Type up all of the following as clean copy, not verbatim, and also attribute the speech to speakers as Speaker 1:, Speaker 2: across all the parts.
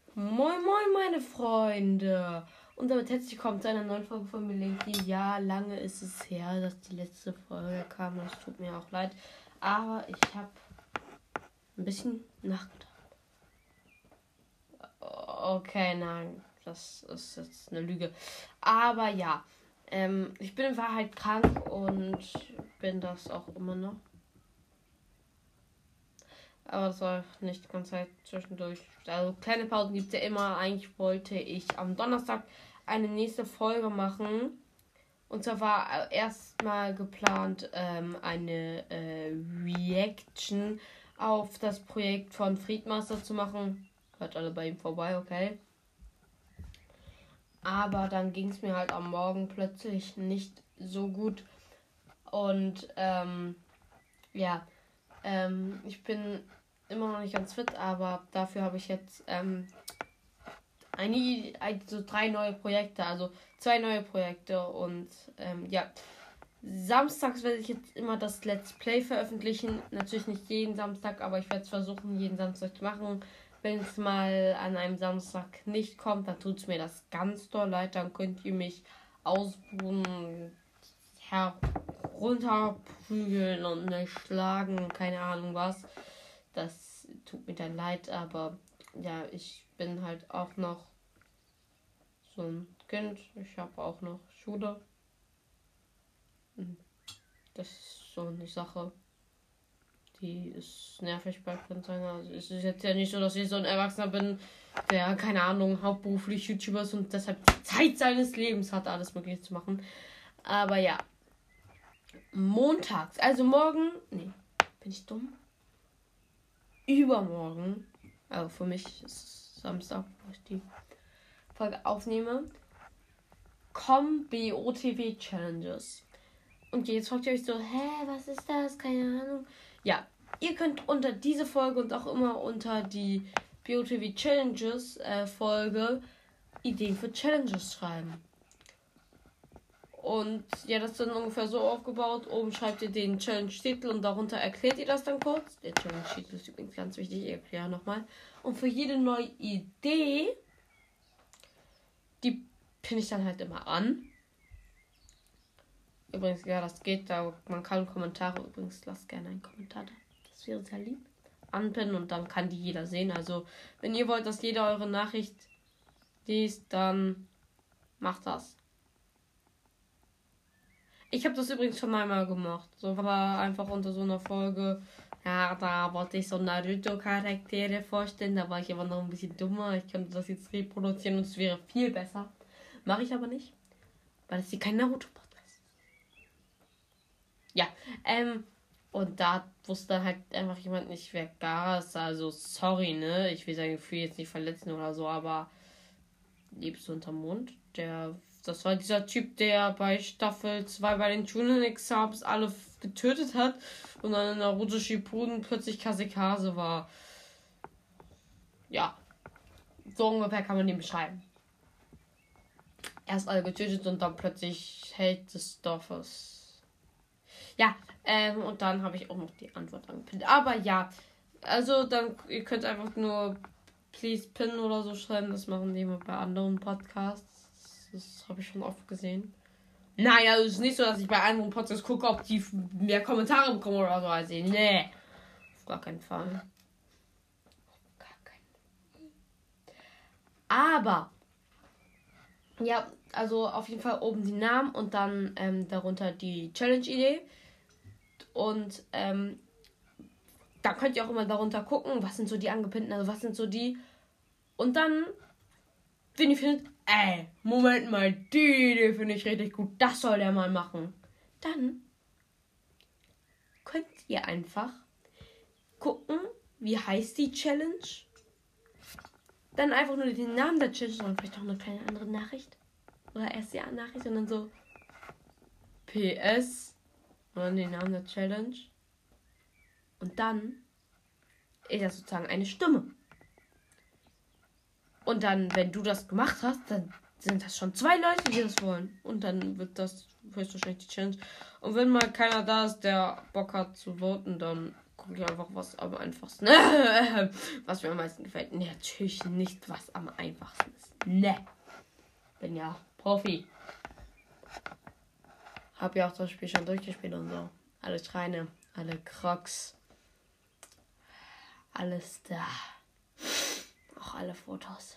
Speaker 1: Moin moin meine Freunde und damit herzlich willkommen zu einer neuen Folge von Melinky. Ja, lange ist es her, dass die letzte Folge kam, das tut mir auch leid, aber ich habe ein bisschen nachgedacht. Okay, nein, das ist jetzt eine Lüge, aber ja, ich bin in Wahrheit krank und bin das auch immer noch. Aber das war nicht die ganze Zeit zwischendurch. Also kleine Pausen gibt es ja immer. Eigentlich wollte ich am Donnerstag eine nächste Folge machen. Und zwar war erstmal geplant eine Reaction auf das Projekt von Friedmaster zu machen. Hört alle bei ihm vorbei, okay. Aber dann ging es mir halt am Morgen plötzlich nicht so gut. Und ich bin immer noch nicht ganz fit, aber dafür habe ich jetzt so 3 neue Projekte, also 2 neue Projekte und samstags werde ich jetzt immer das Let's Play veröffentlichen. Natürlich nicht jeden Samstag, aber ich werde es versuchen, jeden Samstag zu machen. Wenn es mal an einem Samstag nicht kommt, dann tut es mir das ganz doll leid. Dann könnt ihr mich ausbuhen, herunterprügeln und mich schlagen, keine Ahnung was. Das tut mir dann leid, aber ja, ich bin halt auch noch so ein Kind. Ich habe auch noch Schule. Das ist so eine Sache, die ist nervig bei Kindern. Also es ist jetzt ja nicht so, dass ich so ein Erwachsener bin, der, keine Ahnung, hauptberuflich YouTuber ist und deshalb die Zeit seines Lebens hat, alles Mögliche zu machen. Aber ja, montags, also morgen, bin ich dumm? Übermorgen, also für mich ist Samstag, wo ich die Folge aufnehme, kommen BOTW Challenges. Und jetzt fragt ihr euch so, was ist das? Keine Ahnung. Ja, ihr könnt unter diese Folge und auch immer unter die BOTW Challenges Folge Ideen für Challenges schreiben. Und ja, das ist dann ungefähr so aufgebaut. Oben schreibt ihr den Challenge-Titel und darunter erklärt ihr das dann kurz. Der Challenge-Titel ist übrigens ganz wichtig, ich erkläre nochmal. Und für jede neue Idee, die pinne ich dann halt immer an. Übrigens, ja, das geht, da man kann Kommentare, übrigens, lasst gerne einen Kommentar da. Das wäre sehr lieb. Anpinnen und dann kann die jeder sehen. Also, wenn ihr wollt, dass jeder eure Nachricht liest, dann macht das. Ich habe das übrigens schon einmal gemacht. So war einfach unter so einer Folge. Ja, da wollte ich so Naruto-Charaktere vorstellen. Da war ich aber noch ein bisschen dummer. Ich könnte das jetzt reproduzieren und es wäre viel besser. Mache ich aber nicht. Weil es hier kein Naruto-Podcast ist. Ja, und da wusste halt einfach jemand nicht, wer Gaara ist. Also, sorry, ne? Ich will sein Gefühl jetzt nicht verletzen oder so, aber lebst du unterm Mond? Das war dieser Typ, der bei Staffel 2 bei den Chunin-Exams alle getötet hat und dann in Naruto Shippuden plötzlich Kasekase war. Ja, so ungefähr kann man den beschreiben. Erst alle getötet und dann plötzlich Held des Dorfes. Ja, und dann habe ich auch noch die Antwort angepinnt. Aber ja, also dann, ihr könnt einfach nur Please Pin oder so schreiben. Das machen die immer bei anderen Podcasts. Das habe ich schon oft gesehen. Nein, also es ist nicht so, dass ich bei anderen Podcasts gucke, ob die mehr Kommentare bekommen oder so als ich. Nee. Auf gar keinen Fall. Aber, ja, also auf jeden Fall oben die Namen und dann darunter die Challenge-Idee. Und da könnt ihr auch immer darunter gucken, was sind so die angepinnten, also was sind so die. Und dann, wenn ihr findet, Moment mal, die Idee finde ich richtig gut, das soll der mal machen. Dann könnt ihr einfach gucken, wie heißt die Challenge. Dann einfach nur den Namen der Challenge und vielleicht auch eine kleine andere Nachricht. Oder erst die Nachricht und dann so PS und dann den Namen der Challenge. Und dann ist das sozusagen eine Stimme. Und dann, wenn du das gemacht hast, dann sind das schon 2 Leute, die das wollen. Und dann wird das höchstwahrscheinlich die Challenge. Und wenn mal keiner da ist, der Bock hat zu voten, dann gucke ich einfach, was am einfachsten was mir am meisten gefällt. Nee, natürlich nicht, was am einfachsten ist. Ne. Bin ja Profi. Hab ja auch das Spiel schon durchgespielt und so. Alle Schreine, alle Crocs. Alles da. Auch alle Fotos.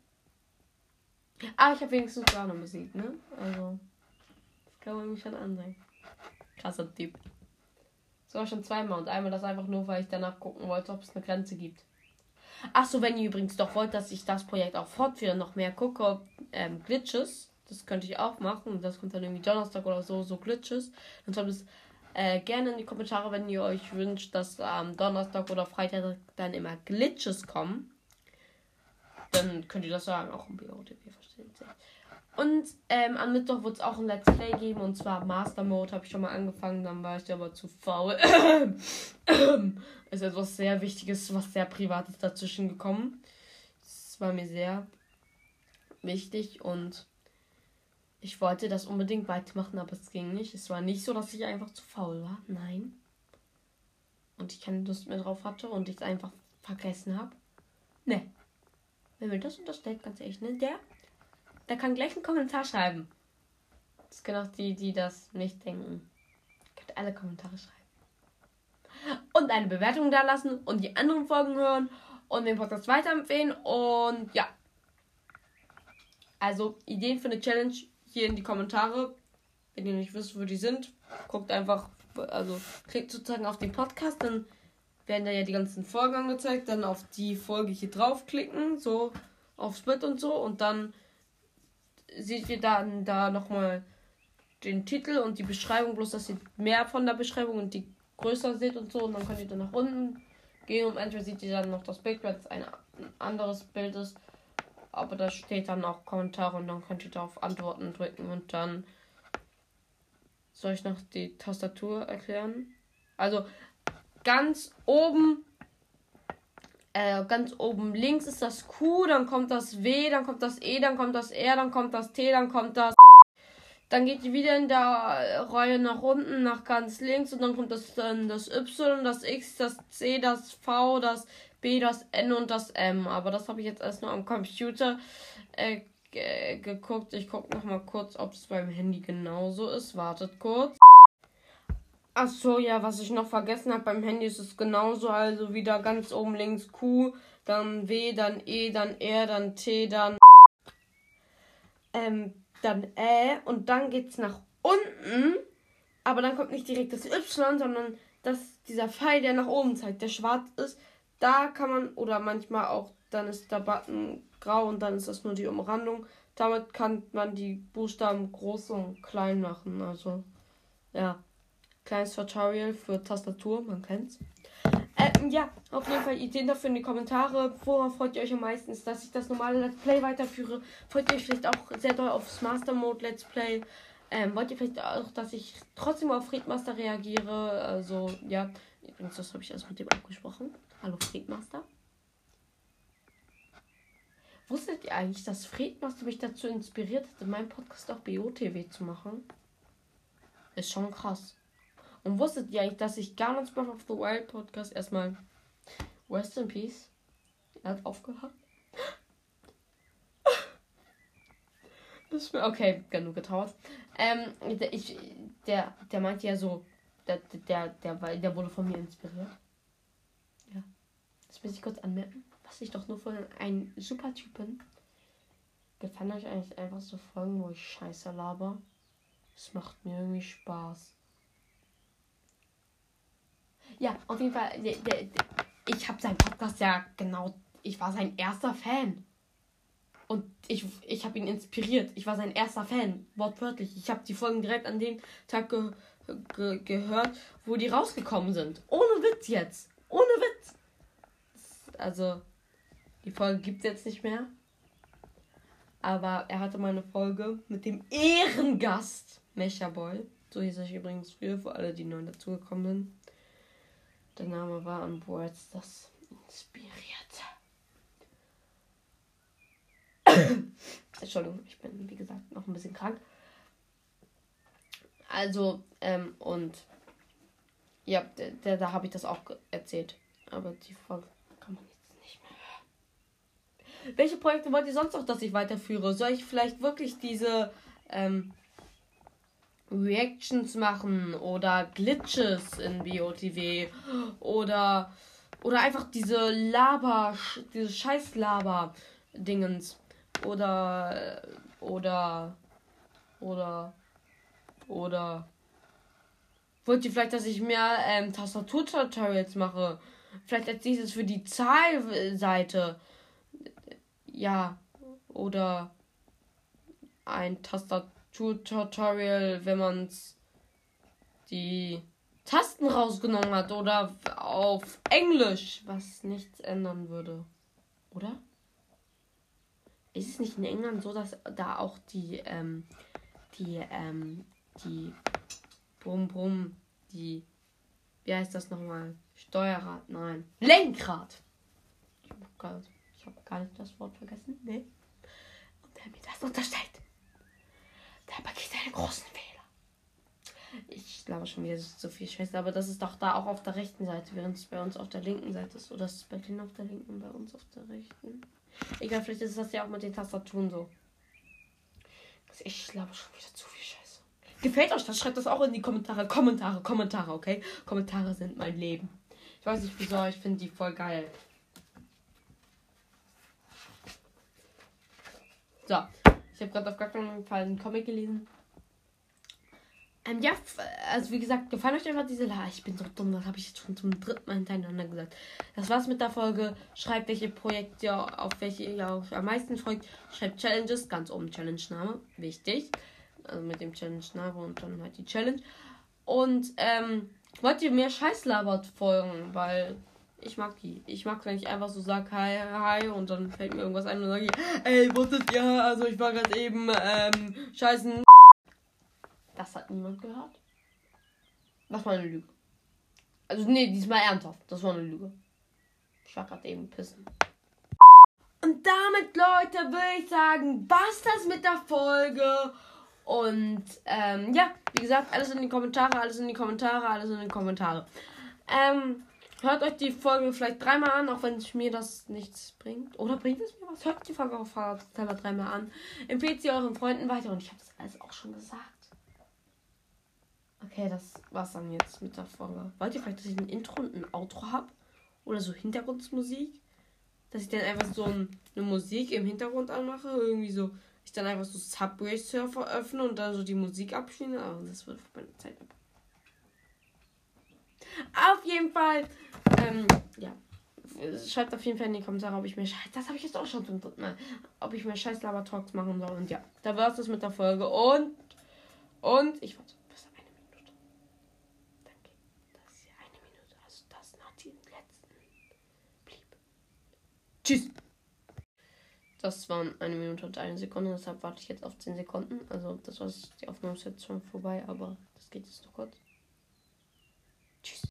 Speaker 1: Aber ich habe wenigstens Piano besiegt, ne? Also, das kann man mich schon ansehen. Krasser Typ. Sogar schon zweimal und einmal das einfach nur, weil ich danach gucken wollte, ob es eine Grenze gibt. Achso, wenn ihr übrigens doch wollt, dass ich das Projekt auch fortführe, noch mehr gucke, Glitches, das könnte ich auch machen. Das kommt dann irgendwie Donnerstag oder so Glitches. Dann schreibt es gerne in die Kommentare, wenn ihr euch wünscht, dass am Donnerstag oder Freitag dann immer Glitches kommen. Dann könnt ihr das sagen, auch im BOTW, versteht ihr. Und am Mittwoch wird es auch ein Let's Play geben, und zwar Master Mode, habe ich schon mal angefangen, dann war ich aber zu faul. Ist etwas sehr Wichtiges, was sehr Privates dazwischen gekommen. Das war mir sehr wichtig und ich wollte das unbedingt weitermachen, aber es ging nicht. Es war nicht so, dass ich einfach zu faul war, nein. Und ich keine Lust mehr drauf hatte und ich es einfach vergessen habe. Ne. Wer mir das unterstellt, ganz ehrlich, ne, der kann gleich einen Kommentar schreiben. Das können auch die das nicht denken. Ihr könnt alle Kommentare schreiben. Und eine Bewertung da lassen und die anderen Folgen hören und den Podcast weiterempfehlen. Und ja. Also Ideen für eine Challenge hier in die Kommentare. Wenn ihr nicht wisst, wo die sind, guckt einfach, also klickt sozusagen auf den Podcast, dann werden da ja die ganzen Folgen angezeigt. Dann auf die Folge hier draufklicken, so auf Split und so. Und dann seht ihr dann da nochmal den Titel und die Beschreibung, bloß dass ihr mehr von der Beschreibung und die größer seht und so. Und dann könnt ihr dann nach unten gehen und entweder seht ihr dann noch das Bild, weil es ein anderes Bild ist. Aber da steht dann auch Kommentare und dann könnt ihr da auf Antworten drücken und dann soll ich noch die Tastatur erklären. Also ganz oben links ist das Q, dann kommt das W, dann kommt das E, dann kommt das R, dann kommt das T, dann kommt das. Dann geht ihr wieder in der Reihe nach unten, nach ganz links und dann kommt das Y, das X, das C, das V, das B, das N und das M. Aber das habe ich jetzt erst nur am Computer geguckt. Ich gucke noch mal kurz, ob es beim Handy genauso ist. Wartet kurz. Ach so, ja, was ich noch vergessen habe, beim Handy ist es genauso. Also wieder ganz oben links Q, dann W, dann E, dann R, dann T, dann und dann geht's nach unten, aber dann kommt nicht direkt das Y, sondern dieser Pfeil, der nach oben zeigt, der schwarz ist, da kann man, oder manchmal auch, dann ist der Button grau und dann ist das nur die Umrandung. Damit kann man die Buchstaben groß und klein machen, also, ja, kleines Tutorial für Tastatur, man kennt's. Ja, auf jeden Fall Ideen dafür in die Kommentare. Worauf freut ihr euch am meisten? Ist, dass ich das normale Let's Play weiterführe? Freut ihr euch vielleicht auch sehr doll aufs Master Mode Let's Play? Wollt ihr vielleicht auch, dass ich trotzdem auf Friedmaster reagiere? Also, ja. Übrigens, das habe ich erst mit dem abgesprochen. Hallo Friedmaster. Wusstet ihr eigentlich, dass Friedmaster mich dazu inspiriert hat, in meinem Podcast auch BOTW zu machen? Ist schon krass. Und wusstet ihr eigentlich, dass ich Garnons Breath of the Wild Podcast erstmal Rest in Peace? Er hat aufgehört. Das ist mir okay, genug getraut. Der meinte ja so, der wurde von mir inspiriert. Ja. Das muss ich kurz anmerken. Was ich doch nur von einem super Typen. Gefallen euch eigentlich einfach so Folgen, wo ich Scheiße laber? Es macht mir irgendwie Spaß. Ja, auf jeden Fall, ich habe seinen Podcast ja genau, ich war sein erster Fan. Und ich habe ihn inspiriert. Ich war sein erster Fan, wortwörtlich. Ich habe die Folgen direkt an dem Tag gehört, wo die rausgekommen sind. Ohne Witz jetzt. Ohne Witz. Also, die Folge gibt es jetzt nicht mehr. Aber er hatte mal eine Folge mit dem Ehrengast Mechaboy. So hieß ich übrigens früher, für alle, die neu dazugekommen sind. Der Name war an Bord das inspirierte. Entschuldigung, ich bin, wie gesagt, noch ein bisschen krank. Also, und Ja, da habe ich das auch erzählt. Aber die Folge kann man jetzt nicht mehr hören. Welche Projekte wollt ihr sonst noch, dass ich weiterführe? Soll ich vielleicht wirklich diese Reactions machen oder Glitches in BOTW oder einfach diese scheiß Laber-Dingens oder wollt ihr vielleicht, dass ich mehr Tastatur-Tutorials mache? Vielleicht als nächstes für die Zahlseite. Ja, oder ein Tastatur-Tutorial, wenn man die Tasten rausgenommen hat oder auf Englisch, was nichts ändern würde. Oder? Ist es nicht in England so, dass da auch die wie heißt das nochmal? Steuerrad, nein. Lenkrad! Ich habe gar nicht das Wort vergessen. Nee. Und wer mir das unterstellt, der begeht einen großen Fehler. Ich glaube schon wieder, das ist so viel Scheiße, aber das ist doch da auch auf der rechten Seite, während es bei uns auf der linken Seite ist. Oder ist es bei denen auf der linken und bei uns auf der rechten? Egal, vielleicht ist das ja auch mit den Tastaturen so. Ich glaube schon wieder zu viel Scheiße. Gefällt euch das? Schreibt das auch in die Kommentare. Kommentare, okay? Kommentare sind mein Leben. Ich weiß nicht wieso, ich finde die voll geil. So, ich habe gerade auf gar keinen Fall einen Comic gelesen. Ja, also wie gesagt, gefallen euch einfach diese Ich bin so dumm, das habe ich jetzt schon zum 3. Mal hintereinander gesagt. Das war's mit der Folge. Schreibt, welche Projekte, auf welche ihr euch am meisten freut. Schreibt Challenges, ganz oben Challenge-Name, wichtig. Also mit dem Challenge-Name und dann halt die Challenge. Und, wollt ihr mehr Scheißlabert folgen, weil ich mag die. Ich mag, wenn ich einfach so sage, hi, und dann fällt mir irgendwas ein und sage ich, ey, wusstet ihr, also ich war gerade eben, scheißen. Das hat niemand gehört. Das war eine Lüge. Also, nee, diesmal ernsthaft. Das war eine Lüge. Ich war gerade eben pissen. Und damit, Leute, würde ich sagen, was das mit der Folge. Und, ja, wie gesagt, alles in die Kommentare. Hört euch die Folge vielleicht 3-mal an, auch wenn es mir das nichts bringt. Oder bringt es mir was? Hört die Folge auch selber 3-mal an. Empfehlt sie euren Freunden weiter. Und ich habe das alles auch schon gesagt. Okay, das war's dann jetzt mit der Folge. Wollt ihr vielleicht, dass ich ein Intro und ein Outro habe? Oder so Hintergrundmusik? Dass ich dann einfach so eine Musik im Hintergrund anmache? Irgendwie so, ich dann einfach so Subway Surfer öffne und dann so die Musik abspiele? Aber das wird für meine Zeit ab. Auf jeden Fall, ja. Schreibt auf jeden Fall in die Kommentare, ob ich mir das habe ich jetzt auch schon zum 3. Mal, ob ich mir Scheiß-Laber-Talks machen soll. Und ja, da war's das mit der Folge. Und ich warte. Tschüss. Das waren 1 Minute und 1 Sekunde, deshalb warte ich jetzt auf 10 Sekunden. Also das war die Aufnahme ist jetzt schon vorbei, aber das geht jetzt noch kurz. Tschüss.